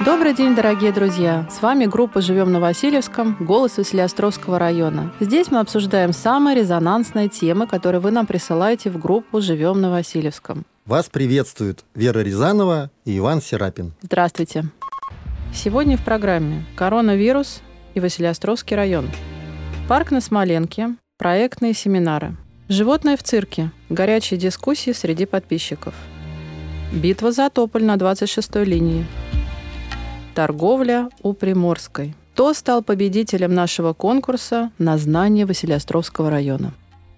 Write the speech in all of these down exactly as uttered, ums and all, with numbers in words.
Добрый день, дорогие друзья! С вами группа «Живем на Васильевском», голос Василеостровского района. Здесь мы обсуждаем самые резонансные темы, которые вы нам присылаете в группу «Живем на Васильевском». Вас приветствуют Вера Рязанова и Иван Серапин. Здравствуйте! Сегодня в программе «Коронавирус и Василеостровский район», парк на Смоленке, проектные семинары, животные в цирке, горячие дискуссии среди подписчиков, битва за тополь на двадцать шестой линии, торговля у Приморской. Кто стал победителем нашего конкурса на знание Василеостровского района?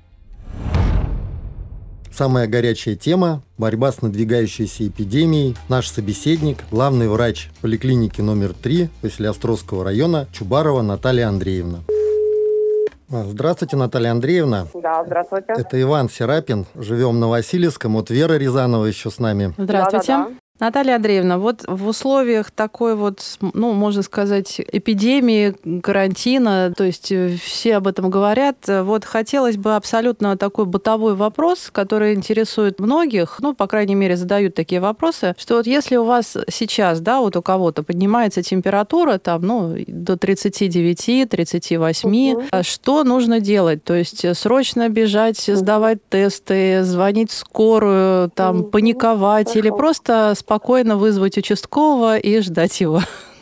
Самая горячая тема – борьба с надвигающейся эпидемией. Наш собеседник – главный врач поликлиники номер три Василеостровского района Чубарова Наталья Андреевна. Здравствуйте, Наталья Андреевна. Да, здравствуйте. Это Иван Серапин. Живем на Васильевском. Вот Вера Рязанова еще с нами. Здравствуйте. Да, да, да. Наталья Андреевна, вот в условиях такой вот, ну, можно сказать, эпидемии, карантина, то есть все об этом говорят, вот хотелось бы абсолютно такой бытовой вопрос, который интересует многих, ну, по крайней мере, задают такие вопросы, что вот если у вас сейчас, да, вот у кого-то поднимается температура там, ну, до тридцать девять - тридцать восемь, угу. Что нужно делать? То есть срочно бежать, сдавать тесты, звонить в скорую, там, угу. паниковать Хорошо. Или просто спокойно вызвать участкового и ждать его?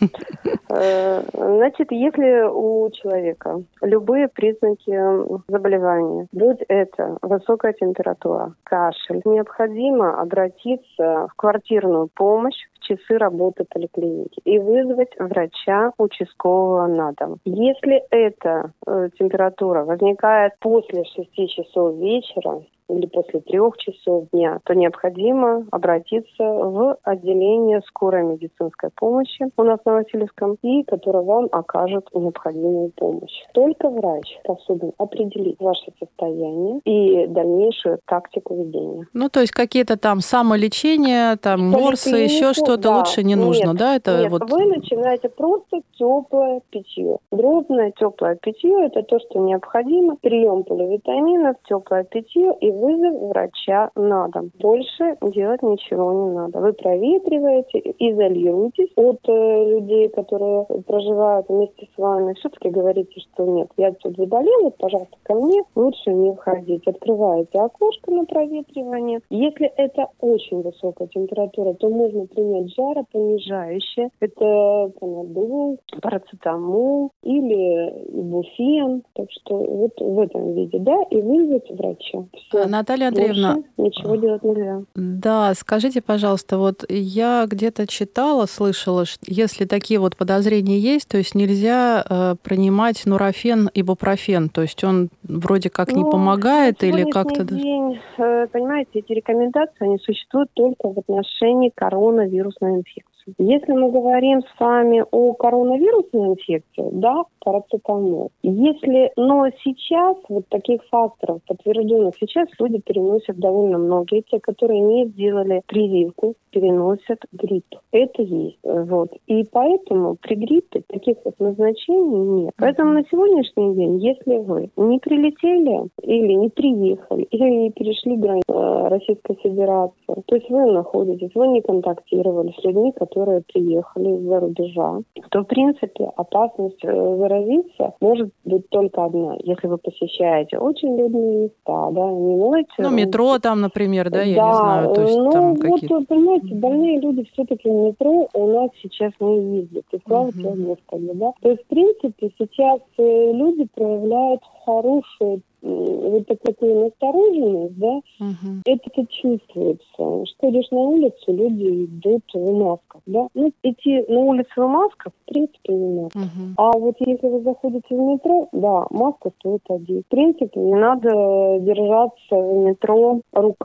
Значит, если у человека любые признаки заболевания, будь это высокая температура, кашель, необходимо обратиться в квартирную помощь в часы работы поликлиники и вызвать врача участкового на дом. Если эта э, температура возникает после шести часов вечера, или после трех часов дня, то необходимо обратиться в отделение скорой медицинской помощи у нас на Васильевском, и которое вам окажет необходимую помощь. Только врач способен определить ваше состояние и дальнейшую тактику ведения. Ну, то есть какие-то там самолечения, там морсы, еще что-то да. лучше не нужно, нет, да? Это нет, вот... вы начинаете просто теплое питье. Дробное теплое питье – это то, что необходимо. Прием поливитаминов, теплое питье и вызов врача на дом. Больше делать ничего не надо. Вы проветриваете, изолируетесь от э, людей, которые проживают вместе с вами. Все-таки говорите, что нет, я тут заболела, пожалуйста, ко мне. Лучше не входить. Открываете окошко на проветривание. Если это очень высокая температура, то можно принять жаропонижающее. Это панадол, парацетамол или ибуфен. Так что вот в этом виде, да, и вызвать врача. Все. Наталья Андреевна, больше ничего делать нельзя. Да, скажите, пожалуйста, вот я где-то читала, слышала, что если такие вот подозрения есть, то есть нельзя э, принимать нурофен, ибупрофен, то есть он вроде как ну, не помогает или как-то... День, э, понимаете, эти рекомендации, они существуют только в отношении коронавирусной инфекции. Если мы говорим с вами о коронавирусной инфекции, да, парацетамол. Если, но сейчас вот таких факторов подтвержденных, сейчас люди переносят довольно многие, те, которые не сделали прививку, переносят грипп. Это есть. Вот. И поэтому при гриппе таких вот назначений нет. Поэтому на сегодняшний день, если вы не прилетели или не приехали, или не перешли границу Российской Федерации, то есть вы находитесь, вы не контактировали с людьми, которые приехали из-за рубежа, то, в принципе, опасность заразиться может быть только одна. Если вы посещаете очень людные места, да, не мойте. Ну, метро там, например, да, я да, не знаю. То есть, ну, там вот, какие-то... понимаете, больные люди все-таки в метро у нас сейчас не ездят. И слава тебе, uh-huh. Господи, да. То есть, в принципе, сейчас люди проявляют хорошую вот такую настороженность, да, uh-huh. это чувствуется. Что идешь на улицу, люди идут в масках, да. Ну, идти на улицу в масках, в принципе, не надо. Uh-huh. А вот если вы заходите в метро, да, маска стоит одеть. В принципе, не надо держаться в метро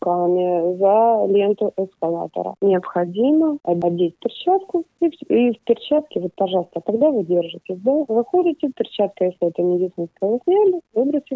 руками за ленту эскалатора. Необходимо одеть перчатку и, и в перчатке, вот, пожалуйста, тогда вы держитесь, да. Выходите, перчатка, если это медицинская, вы сняли, выбросили, и в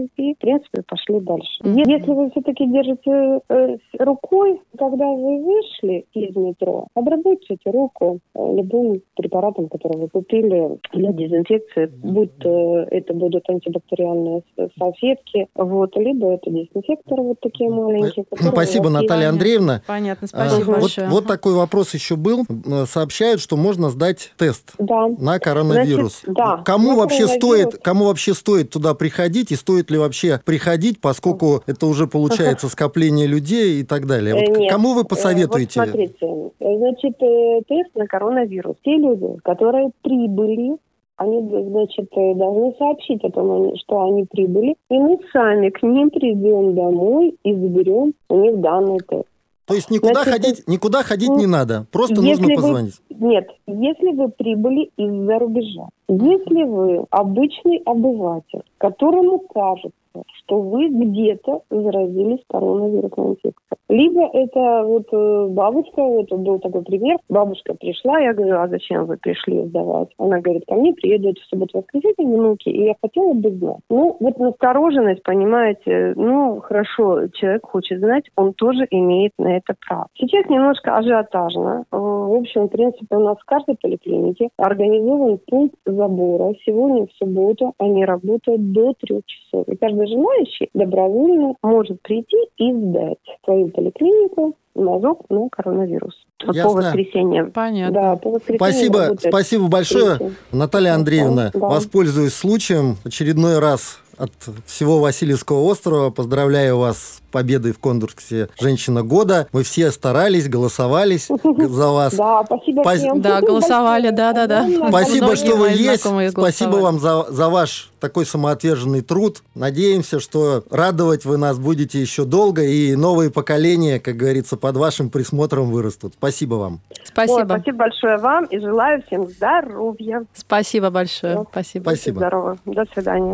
принципе, пошли дальше. Mm-hmm. Если вы все-таки держите э, рукой, когда вы вышли из метро, обработайте руку э, любым препаратом, который вы купили для дезинфекции, mm-hmm. будь то это будут антибактериальные салфетки, вот, либо это дезинфекторы вот такие маленькие. Спасибо, Наталья Андреевна. Понятно, спасибо а, большое. Вот, вот такой вопрос еще был. Сообщают, что можно сдать тест да. на коронавирус. Значит, да, кому на вообще коронавирус. стоит, кому вообще стоит туда приходить и стоит ли вообще приходить, поскольку это уже получается скопление людей и так далее. Вот Нет. Кому вы посоветуете? Вот смотрите, значит, тест на коронавирус. Те люди, которые прибыли, они, значит, должны сообщить о том, что они прибыли, и мы сами к ним придем домой и заберем у них данный тест. То есть никуда, Значит, ходить, никуда ходить не надо, просто нужно позвонить? Вы, нет, если вы прибыли из-за рубежа, если вы обычный обыватель, которому кажется, что вы где-то заразились коронавирусной инфекцией. Либо это вот бабушка, вот был такой пример, бабушка пришла, я говорю, а зачем вы пришли сдавать? Она говорит, ко мне приедут в субботу-воскресенье внуки, и я хотела бы знать. Ну, вот настороженность, понимаете, ну, хорошо, человек хочет знать, он тоже имеет на это право. Сейчас немножко ажиотажно. В общем, в принципе, у нас в каждой поликлинике организован пункт забора. Сегодня в субботу они работают до трех часов. И каждый желающий добровольно может прийти и сдать свою поликлинику мазок на коронавирус. Ясно. По воскресеньям. Понятно. Да, по спасибо, спасибо большое, третий. Наталья Андреевна. Да. Воспользуюсь случаем. Очередной раз от всего Васильевского острова поздравляю вас с победой в конкурсе «Женщина года». Мы все старались, голосовались за вас. Да, спасибо всем. Да, голосовали, да-да-да. Спасибо, что вы есть. Спасибо вам за, за ваш такой самоотверженный труд. Надеемся, что радовать вы нас будете еще долго, и новые поколения, как говорится, под вашим присмотром вырастут. Спасибо вам. Спасибо. Ой, спасибо большое вам и желаю всем здоровья. Спасибо большое. Да. Спасибо. Спасибо. Здорово. До свидания.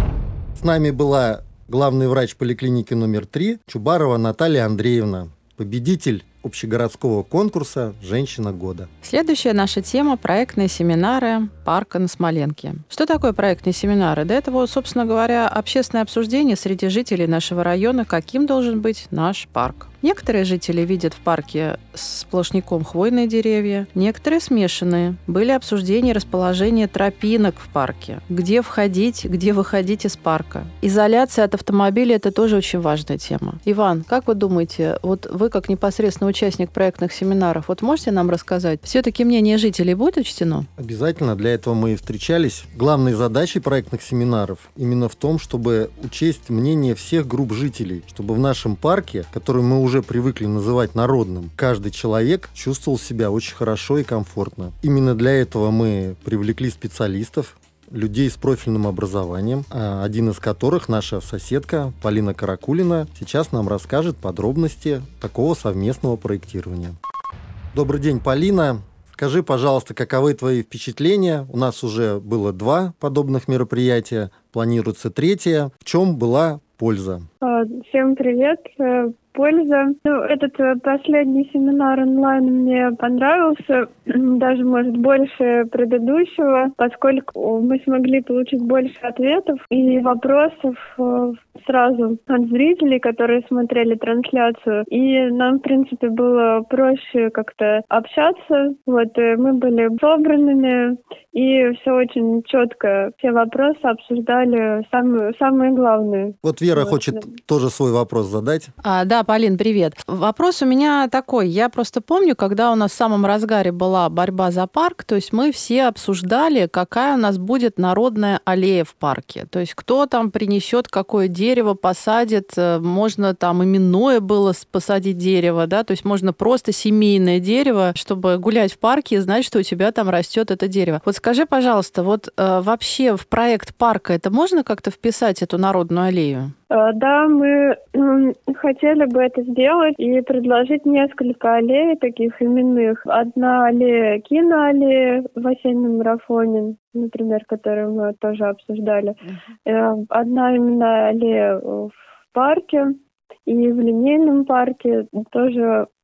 С нами была главный врач поликлиники номер три Чубарова Наталья Андреевна, победитель общегородского конкурса «Женщина года». Следующая наша тема – проектные семинары парка на Смоленке. Что такое проектные семинары? Да это, вот, собственно говоря, общественное обсуждение среди жителей нашего района, каким должен быть наш парк. Некоторые жители видят в парке сплошняком хвойные деревья, некоторые смешанные. Были обсуждения расположения тропинок в парке, где входить, где выходить из парка. Изоляция от автомобиля – это тоже очень важная тема. Иван, как вы думаете, вот вы как непосредственно участник проектных семинаров, вот можете нам рассказать, все-таки мнение жителей будет учтено? Обязательно, для этого мы и встречались. Главной задачей проектных семинаров именно в том, чтобы учесть мнение всех групп жителей, чтобы в нашем парке, который мы уже привыкли называть народным, каждый человек чувствовал себя очень хорошо и комфортно. Именно для этого мы привлекли специалистов, людей с профильным образованием, один из которых наша соседка Полина Каракулина сейчас нам расскажет подробности такого совместного проектирования. Добрый день, Полина. Скажи, пожалуйста, каковы твои впечатления? У нас уже было два подобных мероприятия, планируется третье. В чем была польза? Всем привет. Польза. Ну, этот последний семинар онлайн мне понравился, даже, может, больше предыдущего, поскольку мы смогли получить больше ответов и вопросов сразу от зрителей, которые смотрели трансляцию. И нам, в принципе, было проще как-то общаться. Вот, мы были собранными, и все очень четко. Все вопросы обсуждали самые, самые главные. Вот Вера вот. хочет тоже свой вопрос задать. А, да, Полин, привет. Вопрос у меня такой. Я просто помню, когда у нас в самом разгаре была борьба за парк, то есть мы все обсуждали, какая у нас будет народная аллея в парке. То есть кто там принесет какое дерево, посадит. Можно там именное было посадить дерево, да, то есть можно просто семейное дерево, чтобы гулять в парке и знать, что у тебя там растет это дерево. Вот скажи, пожалуйста, вот э, вообще в проект парка это можно как-то вписать, эту народную аллею? Да, мы хотели бы это сделать и предложить несколько аллей таких именных. Одна аллея киноаллея в осеннем марафоне, например, которую мы тоже обсуждали. Uh-huh. Одна именная аллея в парке. И в линейном парке тоже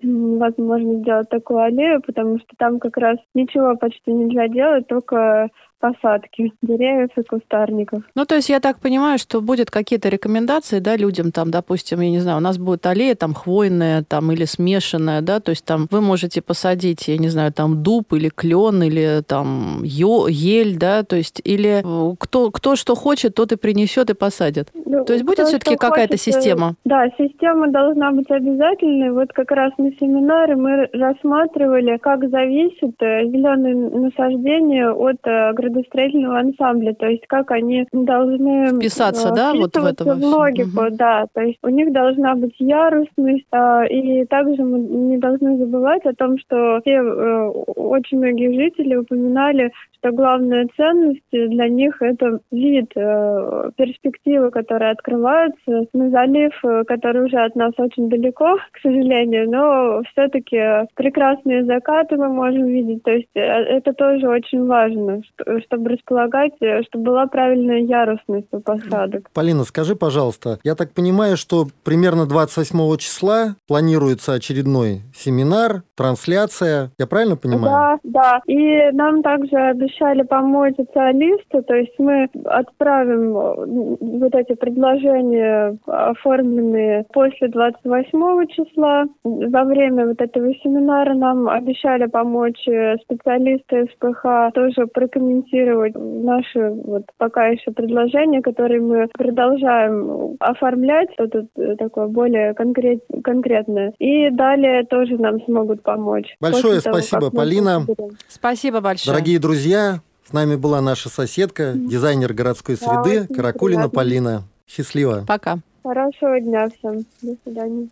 возможно сделать такую аллею, потому что там как раз ничего почти нельзя делать, только посадки деревьев и кустарников. Ну, то есть я так понимаю, что будут какие-то рекомендации, да, людям там, допустим, я не знаю, у нас будет аллея там хвойная там или смешанная, да, то есть там вы можете посадить, я не знаю, там дуб или клен или там ё, ель, да, то есть или кто, кто что хочет, тот и принесет и посадит. Ну, то есть будет все-таки какая-то хочет, система? Да, система должна быть обязательной. Вот как раз на семинаре мы рассматривали, как зависит зеленые насаждения от градостроительного ансамбля, то есть как они должны вписаться, да, вот в это в логику, угу. Да, то есть у них должна быть ярусность, и также мы не должны забывать о том, что все, очень многие жители упоминали, что главная ценность для них это вид, перспективы, которые открываются на залив, который уже от нас очень далеко, к сожалению, но все-таки прекрасные закаты мы можем видеть, то есть это тоже очень важно, чтобы располагать, чтобы была правильная ярусность у посадок. Полина, скажи, пожалуйста, я так понимаю, что примерно двадцать восьмого числа планируется очередной семинар, трансляция, я правильно понимаю? Да, да, и нам также обещали помочь специалисты, то есть мы отправим вот эти предложения, оформленные после двадцать восьмого числа. Во время вот этого семинара нам обещали помочь специалисты СПХ тоже прокомментировать наши вот пока еще предложения, которые мы продолжаем оформлять, что-то такое более конкрет, конкретное. И далее тоже нам смогут помочь. Большое того, спасибо, Полина. Спасибо большое. Дорогие друзья, с нами была наша соседка, дизайнер городской среды, да, Каракулина Полина. Счастливо. Пока. Хорошего дня всем. До свидания.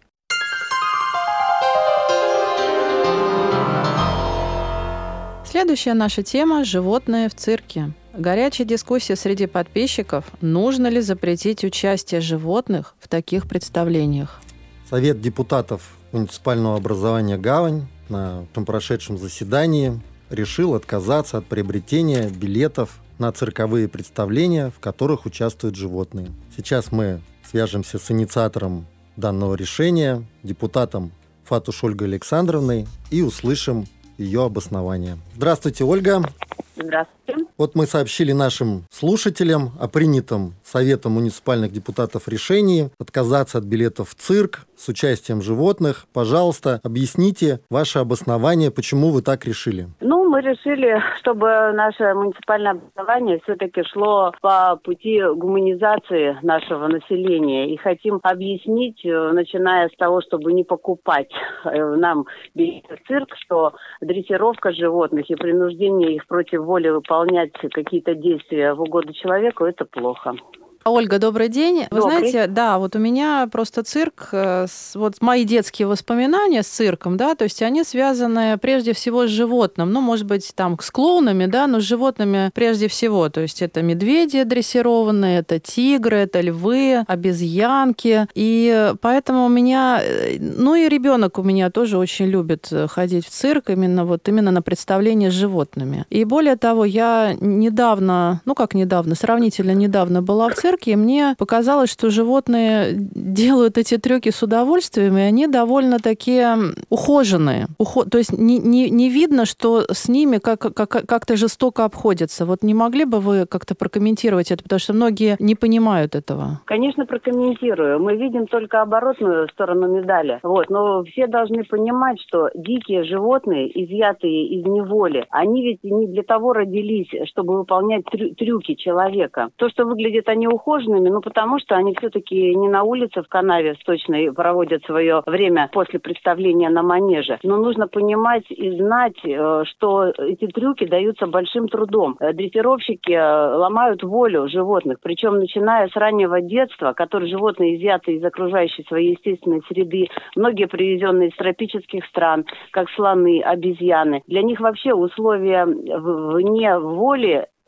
Следующая наша тема – животные в цирке. Горячая дискуссия среди подписчиков – нужно ли запретить участие животных в таких представлениях. Совет депутатов муниципального образования «Гавань» на прошедшем заседании решил отказаться от приобретения билетов на цирковые представления, в которых участвуют животные. Сейчас мы свяжемся с инициатором данного решения, депутатом Фатуш Ольгой Александровной, и услышим ее обоснование. Здравствуйте, Ольга. Здравствуйте. Вот мы сообщили нашим слушателям о принятом Советом муниципальных депутатов решении отказаться от билетов в цирк с участием животных. Пожалуйста, объясните ваше обоснование, почему вы так решили. Ну, мы решили, чтобы наше муниципальное образование все-таки шло по пути гуманизации нашего населения. И хотим объяснить, начиная с того, чтобы не покупать нам билеты в цирк, что дрессировка животных и принуждение их против воли выполнять какие-то действия в угоду человеку – это плохо. Ольга, добрый день. Вы Добрый. знаете, да, вот у меня просто цирк, вот мои детские воспоминания с цирком, да, то есть они связаны прежде всего с животным, ну, может быть, там с клоунами, да, но с животными прежде всего, то есть это медведи дрессированные, это тигры, это львы, обезьянки, и поэтому у меня, ну и ребенок у меня тоже очень любит ходить в цирк именно вот именно на представления с животными. И более того, я недавно, ну как недавно, сравнительно недавно была в цирке, и мне показалось, что животные делают эти трюки с удовольствием, и они довольно такие ухоженные. Ухо... То есть не, не, не видно, что с ними как, как, как-то жестоко обходятся. Вот не могли бы вы как-то прокомментировать это, потому что многие не понимают этого? Конечно, прокомментирую. Мы видим только оборотную сторону медали. Вот. Но все должны понимать, что дикие животные, изъятые из неволи, они ведь не для того родились, чтобы выполнять трю- трюки человека. То, что выглядит они ухоженными, ухоженными, ну, потому что они все-таки не на улице в канаве сточной проводят свое время после представления на манеже. Но нужно понимать и знать, что эти трюки даются большим трудом. Дрессировщики ломают волю животных, причем начиная с раннего детства, которые животные изъяты из окружающей своей естественной среды, многие привезенные из тропических стран, как слоны, обезьяны. Для них вообще условия вне воли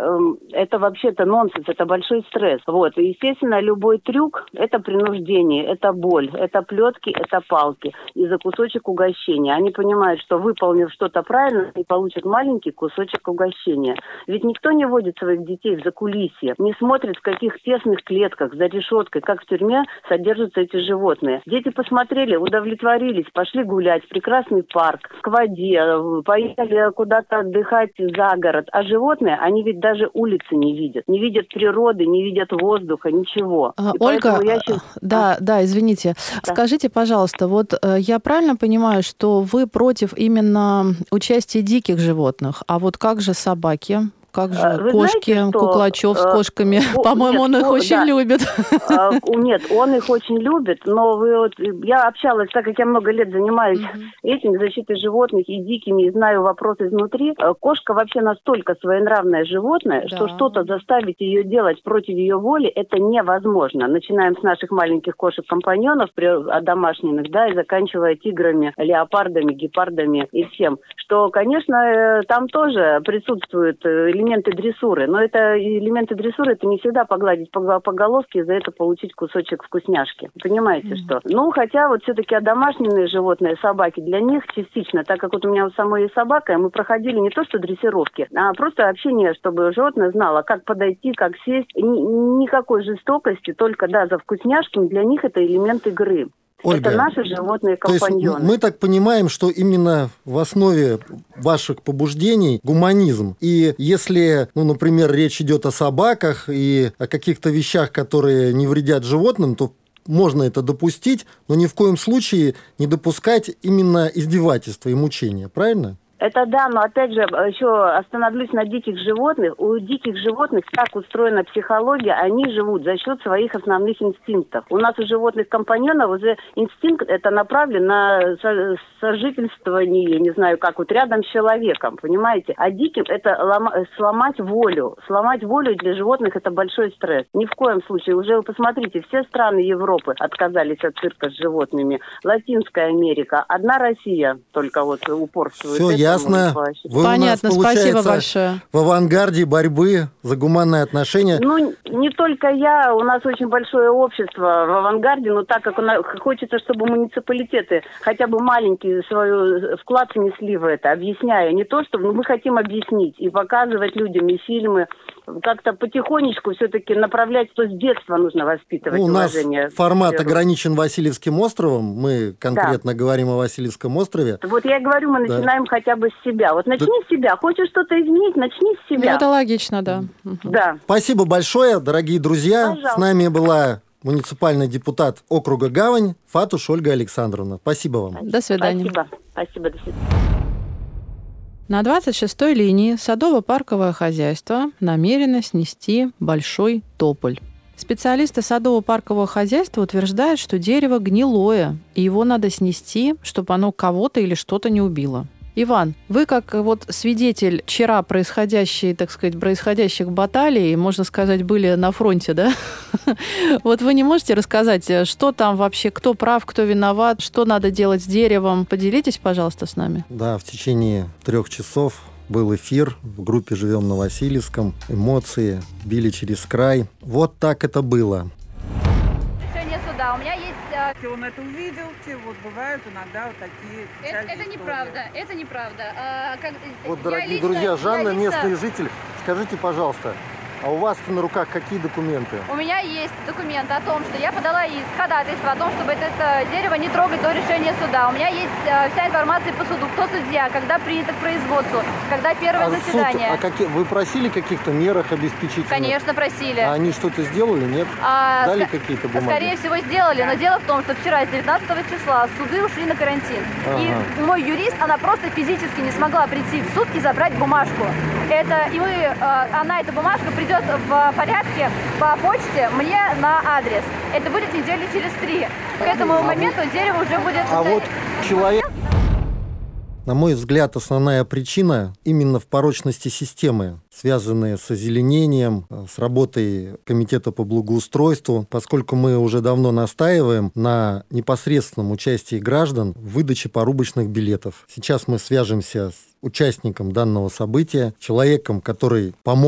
это вообще-то нонсенс, это большой стресс. Вот. И, естественно, любой трюк – это принуждение, это боль, это плетки, это палки. И за кусочек угощения. Они понимают, что, выполнив что-то правильно, они получат маленький кусочек угощения. Ведь никто не водит своих детей в закулисье, не смотрит, в каких тесных клетках, за решеткой, как в тюрьме содержатся эти животные. Дети посмотрели, удовлетворились, пошли гулять в прекрасный парк, к воде, поехали куда-то отдыхать за город. А животные, они ведь даже улицы не видят. Не видят природы, не видят воздуха, ничего. А, Ольга, я сейчас... да, да, извините. Да. Скажите, пожалуйста, вот я правильно понимаю, что вы против именно участия диких животных, а вот как же собаки? Как же Вы кошки, знаете, что, Куклачев с кошками? Э, По-моему, нет, он их о, очень да. любит. А, нет, он их очень любит, но вы, вот, я общалась, так как я много лет занимаюсь uh-huh. этим, защитой животных и дикими, и знаю вопрос изнутри. Кошка вообще настолько своенравное животное, да. что что-то заставить ее делать против ее воли, это невозможно. Начинаем с наших маленьких кошек-компаньонов, домашних, да, и заканчивая тиграми, леопардами, гепардами и всем. Что, конечно, там тоже присутствуют элементы дрессуры. Но это элементы дрессуры, это не всегда погладить по, по головке и за это получить кусочек вкусняшки. Понимаете, mm-hmm. что? Ну, хотя вот все-таки одомашненные животные, собаки, для них частично, так как вот у меня у самой есть собака, мы проходили не то что дрессировки, а просто общение, чтобы животное знало, как подойти, как сесть. Н- никакой жестокости, только, да, за вкусняшками. Для них это элемент игры. Ольга, это наши животные компаньоны. То есть мы так понимаем, что именно в основе ваших побуждений гуманизм. И если, ну, например, речь идет о собаках и о каких-то вещах, которые не вредят животным, то можно это допустить, но ни в коем случае не допускать именно издевательства и мучения. Правильно? Это да, но опять же, еще остановлюсь на диких животных. У диких животных так устроена психология, они живут за счет своих основных инстинктов. У нас у животных-компаньонов уже инстинкт это направлен на сожительствование, я не знаю как, вот рядом с человеком, понимаете? А диким это лома- сломать волю. Сломать волю для животных это большой стресс. Ни в коем случае. Уже вы посмотрите, все страны Европы отказались от цирка с животными. Латинская Америка. Одна Россия только вот упорствует. Все ясно. Вы Понятно, у нас, спасибо большое. В авангарде борьбы за гуманные отношения. Ну, не только я, у нас очень большое общество в авангарде, но так как у нас, хочется, чтобы муниципалитеты хотя бы маленький свой вклад внесли в это, объясняя. Не то, что ну, мы хотим объяснить и показывать людям и фильмы, как-то потихонечку все-таки направлять, что с детства нужно воспитывать ну, уважение. У нас формат ограничен Васильевским островом, мы конкретно да. говорим о Васильевском острове. Вот я говорю, мы да. начинаем хотя бы с себя. Вот начни да. с себя. Хочешь что-то изменить, начни с себя. Ну, это логично, да. Да. Спасибо большое, дорогие друзья. Пожалуйста. С нами была муниципальный депутат округа Гавань Фатуш Ольга Александровна. Спасибо вам. До свидания. Спасибо. Спасибо, до свидания. На двадцать шестой линии садово-парковое хозяйство намерено снести большой тополь. Специалисты садово-паркового хозяйства утверждают, что дерево гнилое, и его надо снести, чтобы оно кого-то или что-то не убило. Иван, вы как вот свидетель вчера происходящей, так сказать, происходящих баталий, можно сказать, были на фронте, да? Вот вы не можете рассказать, что там вообще, кто прав, кто виноват, что надо делать с деревом? Поделитесь, пожалуйста, с нами. Да, в течение трех часов был эфир в группе «Живем на Васильевском». Эмоции били через край. Вот так это было. Решение суда. У меня есть... Он это увидел, вот бывают иногда вот такие это, это неправда, это неправда. А, как, вот, дорогие лично, друзья, Жанна, лично... местный житель, скажите, пожалуйста, а у вас на руках какие документы? У меня есть документы о том, что я подала иск, ходатайство о том, чтобы это, это дерево не трогать до решения суда. У меня есть э, вся информация по суду, кто судья, когда принято к производству, когда первое а заседание. Суд, а какие, вы просили каких-то мерах обеспечительных? Конечно, просили. А они что-то сделали, нет? А, Дали ск- какие-то бумаги? Скорее всего, сделали, но дело в том, что вчера, с девятнадцатого числа, суды ушли на карантин. Ага. И мой юрист, она просто физически не смогла прийти в суд и забрать бумажку. Это, и мы, э, она, эта бумажка придет в порядке по почте мне на адрес. Это будет недели через три. К этому а моменту вот, дерево уже будет... А вот человек... На мой взгляд, основная причина именно в порочности системы, связанная с озеленением, с работой Комитета по благоустройству, поскольку мы уже давно настаиваем на непосредственном участии граждан в выдаче порубочных билетов. Сейчас мы свяжемся с участником данного события, человеком, который помог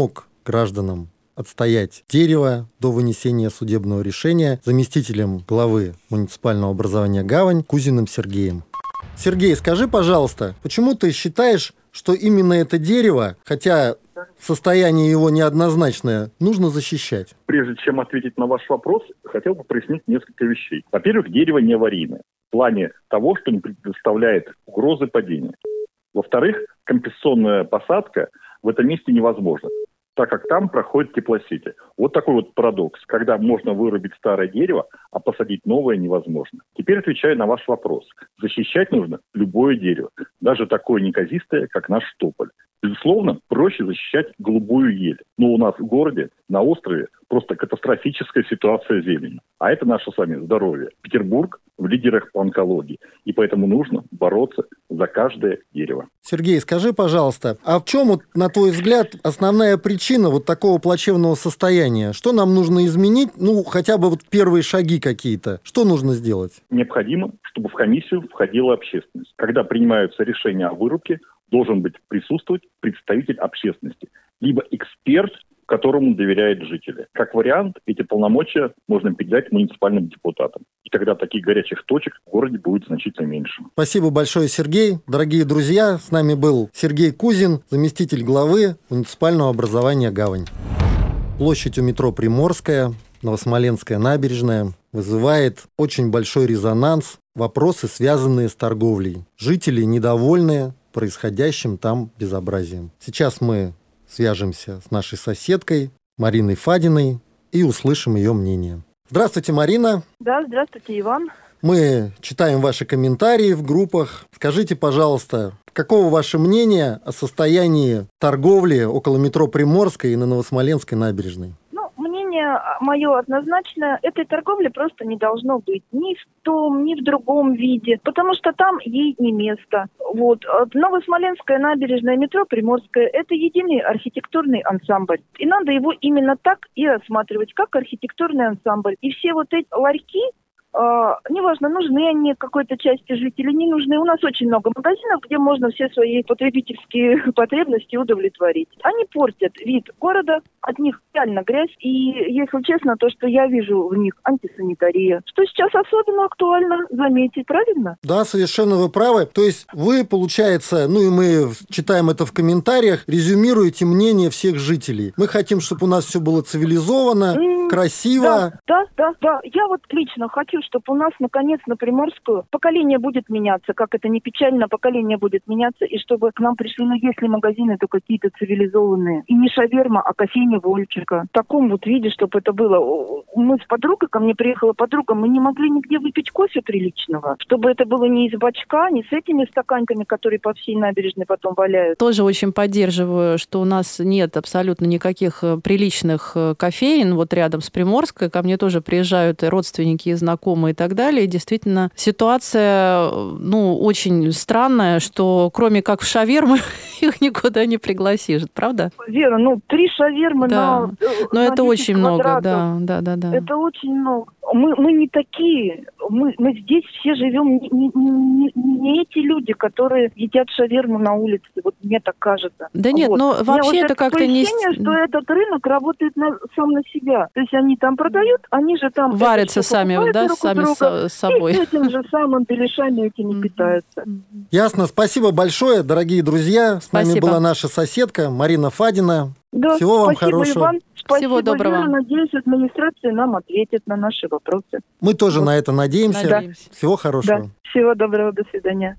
гражданам отстоять дерево до вынесения судебного решения заместителем главы муниципального образования «Гавань» Кузиным Сергеем. Сергей, скажи, пожалуйста, почему ты считаешь, что именно это дерево, хотя состояние его неоднозначное, нужно защищать? Прежде чем ответить на ваш вопрос, хотел бы прояснить несколько вещей. Во-первых, дерево не аварийное в плане того, что не предоставляет угрозы падения. Во-вторых, компенсационная посадка в этом месте невозможна, так как там проходят теплосети. Вот такой вот парадокс, когда можно вырубить старое дерево, а посадить новое невозможно. Теперь отвечаю на ваш вопрос. Защищать нужно любое дерево, даже такое неказистое, как наш тополь. Безусловно, проще защищать голубую ель. Но у нас в городе, на острове, просто катастрофическая ситуация зелени. А это наше с вами здоровье. Петербург в лидерах по онкологии. И поэтому нужно бороться за каждое дерево. Сергей, скажи, пожалуйста, а в чем, вот, на твой взгляд, основная причина вот такого плачевного состояния? Что нам нужно изменить? Ну, хотя бы вот первые шаги какие-то. Что нужно сделать? Необходимо, чтобы в комиссию входила общественность. Когда принимаются решения о вырубке, должен быть присутствовать представитель общественности, либо эксперт, которому доверяют жители. Как вариант, эти полномочия можно передать муниципальным депутатам. И тогда таких горячих точек в городе будет значительно меньше. Спасибо большое, Сергей. Дорогие друзья, с нами был Сергей Кузин, заместитель главы муниципального образования «Гавань». Площадь у метро Приморская, Новосмоленская набережная, вызывает очень большой резонанс, вопросы, связанные с торговлей. Жители недовольны происходящим там безобразием. Сейчас мы свяжемся с нашей соседкой Мариной Фадиной и услышим ее мнение. Здравствуйте, Марина. Да, здравствуйте, Иван. Мы читаем ваши комментарии в группах. Скажите, пожалуйста, каково ваше мнение о состоянии торговли около метро Приморской и на Новосмоленской набережной? Мнение мое однозначно, этой торговли просто не должно быть ни в том, ни в другом виде, потому что там ей не место. Вот. Новосмоленская набережная, метро Приморская – это единый архитектурный ансамбль. И надо его именно так и рассматривать, как архитектурный ансамбль. И все вот эти ларьки, Uh, неважно, нужны они какой-то части жителей, не нужны. У нас очень много магазинов, где можно все свои потребительские потребности удовлетворить. Они портят вид города, от них реально грязь. И, если честно, то, что я вижу в них, антисанитария. Что сейчас особенно актуально заметить, правильно? Да, совершенно вы правы. То есть вы, получается, ну и мы читаем это в комментариях, резюмируете мнение всех жителей. Мы хотим, чтобы у нас все было цивилизованно, mm, красиво. Да, да, да, да. Я вот лично хочу, чтобы у нас, наконец, на Приморскую поколение будет меняться, как это не печально, поколение будет меняться, и чтобы к нам пришли, ну, если магазины, то какие-то цивилизованные. И не шаверма, а кофейня Вольчика. В таком вот виде, чтобы это было. Мы с подругой, ко мне приехала подруга, мы не могли нигде выпить кофе приличного, чтобы это было не из бачка, не с этими стаканками, которые по всей набережной потом валяют. Тоже очень поддерживаю, что у нас нет абсолютно никаких приличных кофеин вот рядом с Приморской. Ко мне тоже приезжают родственники и знакомые и так далее. И действительно, ситуация, ну, очень странная, что кроме как в шавермы их никуда не пригласишь, правда? Вера, ну, три шавермы да. на Но на это очень квадратов. много, да, да, да, да. Это очень много. Мы, мы не такие. Мы, мы здесь все живем. Не, не, не, не эти люди, которые едят шаверму на улице. Вот мне так кажется. Да нет, вот. Но вообще это как-то не... что этот рынок работает на, сам на себя. То есть они там продают, они же там... Варятся сами, да, сами с собой. И этим же самым беляшами этими питаются. Ясно. Спасибо большое, дорогие друзья. С Спасибо. нами была наша соседка Марина Фадина. Да, Всего вам спасибо, хорошего. Иван. Спасибо, Всего доброго. Вера. Надеюсь, администрация нам ответит на наши вопросы. Мы тоже вот. на это надеемся. надеемся. Всего хорошего. Да. Всего доброго. До свидания.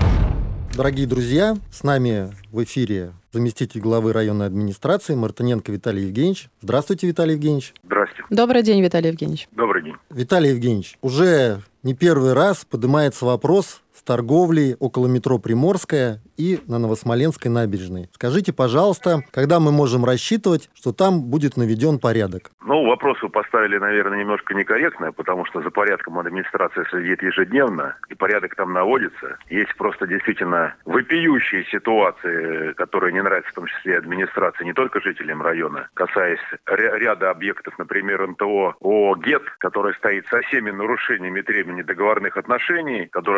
Дорогие друзья, с нами в эфире заместитель главы районной администрации Мартыненко Виталий Евгеньевич. Здравствуйте, Виталий Евгеньевич. Здравствуйте. Добрый день, Виталий Евгеньевич. Добрый день. Виталий Евгеньевич, уже не первый раз поднимается вопрос с торговлей около метро Приморская и на Новосмоленской набережной. Скажите, пожалуйста, когда мы можем рассчитывать, что там будет наведен порядок? Ну, вопрос вы поставили, наверное, немножко некорректно, потому что за порядком администрация следит ежедневно, и порядок там наводится. Есть просто действительно вопиющие ситуации, которые не нравятся в том числе и администрации, не только жителям района, касаясь ря- ряда объектов, например, эн тэ о ООО «ГЕТ», который стоит со всеми нарушениями требований договорных отношений, которые администрация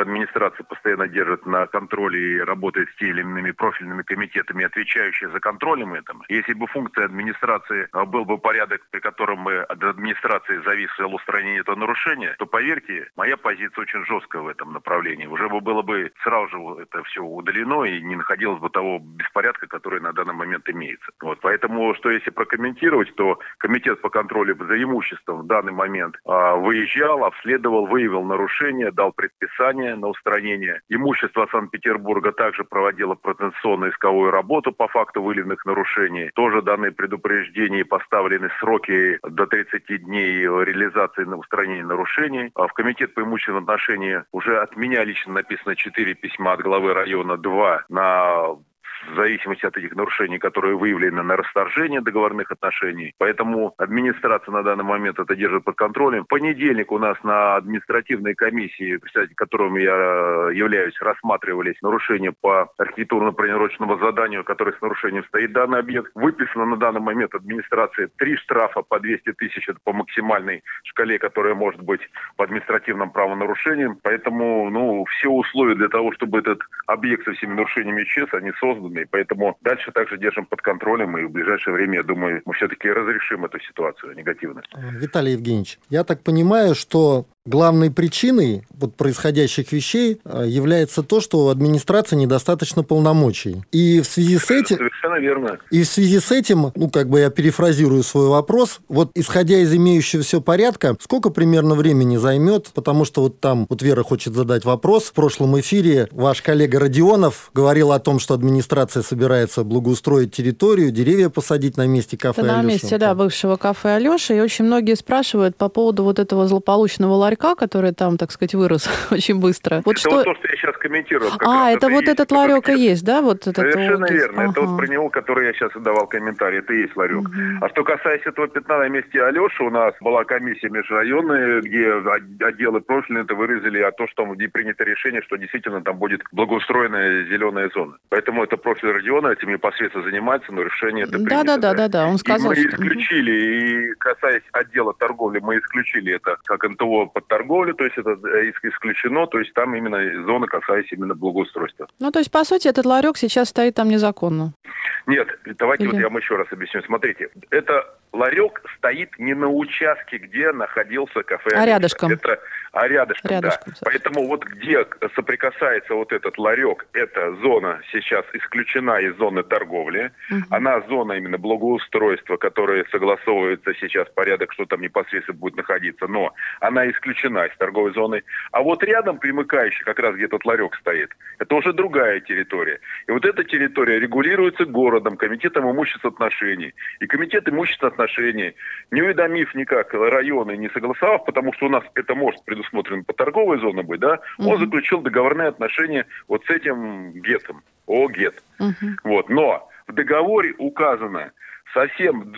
администрация постоянно держит на контроле и работает с теми или иными профильными комитетами, отвечающими за контролем этому. Если бы функция администрации был бы порядок, при котором бы от администрации зависело устранение этого нарушения, то, поверьте, моя позиция очень жесткая в этом направлении. Уже бы было бы сразу же это все удалено и не находилось бы того беспорядка, который на данный момент имеется. Вот. Поэтому, что если прокомментировать, то комитет по контролю за имуществом в данный момент а, выезжал, обследовал, выявил нарушения, дал предписание на устранение. Имущество Санкт-Петербурга также проводило протенционно-исковую работу по факту выявленных нарушений. Тоже данные предупреждения поставлены сроки до тридцати дней реализации на устранение нарушений. А в комитет по имущественным отношениям уже от меня лично написано четыре письма, от главы района два на... в зависимости от этих нарушений, которые выявлены на расторжение договорных отношений. Поэтому администрация на данный момент это держит под контролем. В понедельник у нас на административной комиссии, представителем которым я являюсь, рассматривались нарушения по архитектурно-планировочному заданию, которое с нарушением стоит данный объект. Выписано на данный момент администрации три штрафа по двести тысяч, это по максимальной шкале, которая может быть по административным правонарушениям. Поэтому, ну, все условия для того, чтобы этот объект со всеми нарушениями исчез, они созданы. И поэтому дальше также держим под контролем, и в ближайшее время, я думаю, мы все-таки разрешим эту ситуацию негативную. Виталий Евгеньевич, я так понимаю, что главной причиной вот происходящих вещей является то, что у администрации недостаточно полномочий. И в связи с этим... Совершенно верно. И в связи с этим, ну, как бы я перефразирую свой вопрос, вот исходя из имеющегося порядка, сколько примерно времени займет, потому что вот там, вот Вера хочет задать вопрос, в прошлом эфире ваш коллега Родионов говорил о том, что администрация собирается благоустроить территорию, деревья посадить на месте кафе Это Алёша. на месте, да, бывшего кафе Алёша, и очень многие спрашивают по поводу вот этого злополучного ларька, который там, так сказать, вырос очень быстро. Вот это что... вот то, что я сейчас комментировал. А, это, это вот есть, этот ларек и есть, да? Вот этот Совершенно вот... верно. Ага. Это вот про него, который я сейчас давал комментарий. Это и есть ларек. Угу. А что касается этого пятна на месте Алёши, у нас была комиссия межрайонная, где отделы профильные это выразили о том, что где принято решение, что действительно там будет благоустроенная зеленая зона. Поэтому это профиль района, этим непосредственно занимается, но решение это принято. Да, да, да, да, да. Он сказал, и мы что... исключили, и касаясь отдела торговли, мы исключили это как эн тэ о под торговлю, то есть это исключено, то есть там именно зона, касаясь именно благоустройства. Ну, то есть, по сути, этот ларек сейчас стоит там незаконно. Нет, давайте Или... вот я вам еще раз объясню. Смотрите, это ларек стоит не на участке, где находился кафе. А рядышком. Это, а рядышком, рядышком, да. Поэтому вот где соприкасается вот этот ларек, эта зона сейчас исключена из зоны торговли. Угу. Она зона именно благоустройства, которая согласовывается сейчас порядок, что там непосредственно будет находиться, но она исключена из торговой зоны. А вот рядом, примыкающий, как раз где этот ларек стоит, это уже другая территория. И вот эта территория регулируется городом, комитетом имущественных отношений. И комитет имущественных отношений, не уведомив никак районы, не согласовав, потому что у нас это может предусмотрено по торговой зоне быть, да, uh-huh. он заключил договорные отношения вот с этим гетом, о гет. Uh-huh. Вот, но в договоре указано совсем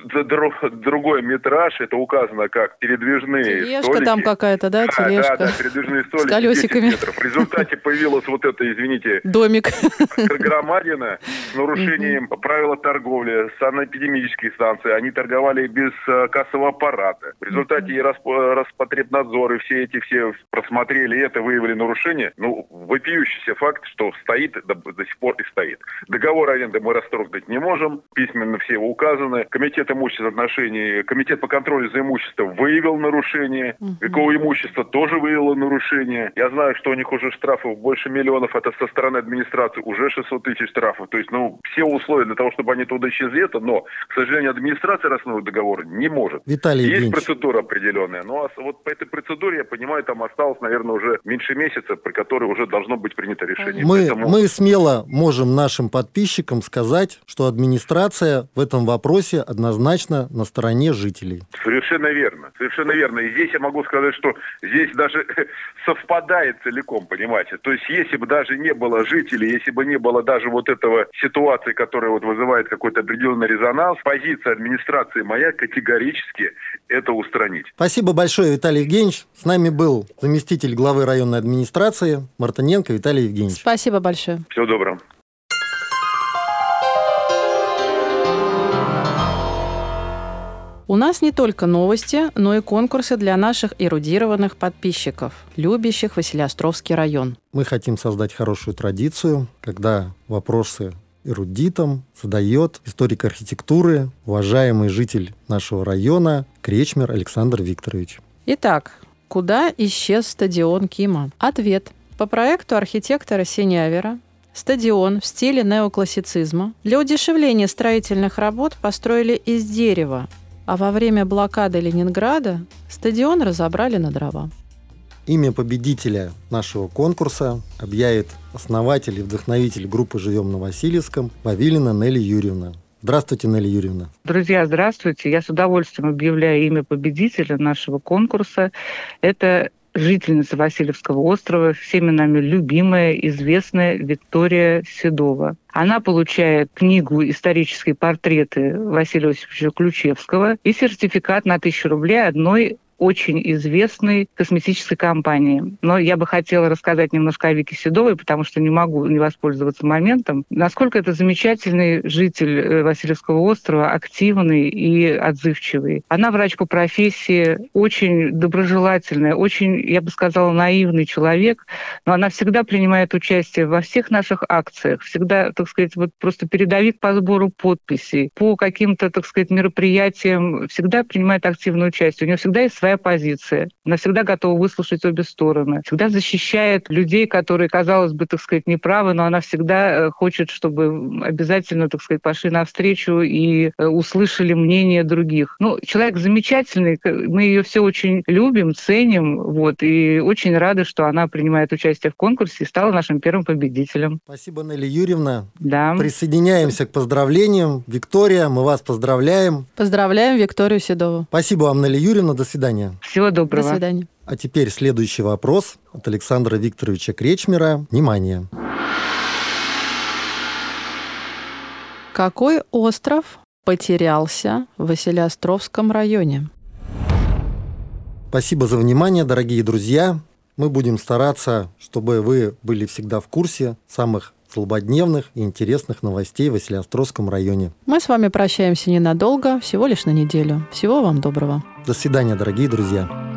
другой метраж, это указано как передвижные тележка столики. Там какая-то, да, тележка? Да, да, передвижные столики. С колесиками. В результате появилась вот это, извините... Домик. Громадина с нарушением uh-huh. правила торговли, санэпидемические станции. Они торговали без кассового аппарата. В результате uh-huh. Роспотребнадзор и все эти все просмотрели это, выявили нарушение. Ну, вопиющийся факт, что стоит, до, до сих пор и стоит. Договор аренды мы расторгнуть не можем. Письменно все указаны. Комитет имущественных отношений, комитет по контролю за имуществом выявил нарушение. Вековое uh-huh. имущество тоже выявило нарушение. Я знаю, что у них уже штрафов больше миллионов. Это со стороны администрации уже шестьсот тысяч штрафов. То есть, ну, все условия для того, чтобы они туда исчезли, это, но, к сожалению, администрация расторгнуть договор не может. Виталий Есть Евгеньевич. процедура определенная. Но вот по этой процедуре, я понимаю, там осталось, наверное, уже меньше месяца, при которой уже должно быть принято решение. Мы, Поэтому... мы смело можем нашим подписчикам сказать, что администрация в этом вопросе однозначно на стороне жителей. Совершенно верно. Совершенно верно. И здесь я могу сказать, что здесь даже совпадает целиком, понимаете. То есть, если бы даже не было жителей, если бы не было даже вот этого ситуации, которая вот вызывает какой-то определенный резонанс, позиция администрации моя категорически это устранить. Спасибо большое, Виталий Евгеньевич. С нами был заместитель главы районной администрации Мартыненко Виталий Евгеньевич. Спасибо большое. Всего доброго. У нас не только новости, но и конкурсы для наших эрудированных подписчиков, любящих Василеостровский район. Мы хотим создать хорошую традицию, когда вопросы эрудитам задает историк архитектуры, уважаемый житель нашего района Кречмер Александр Викторович. Итак, куда исчез стадион Кима? Ответ. По проекту архитектора Синявера стадион в стиле неоклассицизма для удешевления строительных работ построили из дерева, а во время блокады Ленинграда стадион разобрали на дрова. Имя победителя нашего конкурса объявит основатель и вдохновитель группы «Живем на Васильевском» Вавилина Нелли Юрьевна. Здравствуйте, Нелли Юрьевна. Друзья, здравствуйте. Я с удовольствием объявляю имя победителя нашего конкурса. Это жительница Васильевского острова, всеми нами любимая, известная Виктория Седова. Она получает книгу «Исторические портреты» Василия Осиповича Ключевского и сертификат на тысячу рублей одной очень известной косметической компании. Но я бы хотела рассказать немножко о Вике Седовой, потому что не могу не воспользоваться моментом. Насколько это замечательный житель Васильевского острова, активный и отзывчивый. Она врач по профессии, очень доброжелательная, очень, я бы сказала, наивный человек, но она всегда принимает участие во всех наших акциях, всегда, так сказать, вот просто передовик по сбору подписей, по каким-то, так сказать, мероприятиям, всегда принимает активное участие. У нее всегда есть своя позиция. Она всегда готова выслушать обе стороны. Всегда защищает людей, которые, казалось бы, так сказать, неправы, но она всегда хочет, чтобы обязательно, так сказать, пошли навстречу и услышали мнение других. Ну, человек замечательный, мы ее все очень любим, ценим, вот, и очень рады, что она принимает участие в конкурсе и стала нашим первым победителем. Спасибо, Нелли Юрьевна. Да. Присоединяемся к поздравлениям. Виктория, мы вас поздравляем. Поздравляем Викторию Седову. Спасибо вам, Нелли Юрьевна. До свидания. Всего доброго. До свидания. А теперь следующий вопрос от Александра Викторовича Кречмера. Внимание. Какой остров потерялся в Василеостровском районе? Спасибо за внимание, дорогие друзья. Мы будем стараться, чтобы вы были всегда в курсе самых злободневных и интересных новостей в Василеостровском районе. Мы с вами прощаемся ненадолго, всего лишь на неделю. Всего вам доброго. До свидания, дорогие друзья.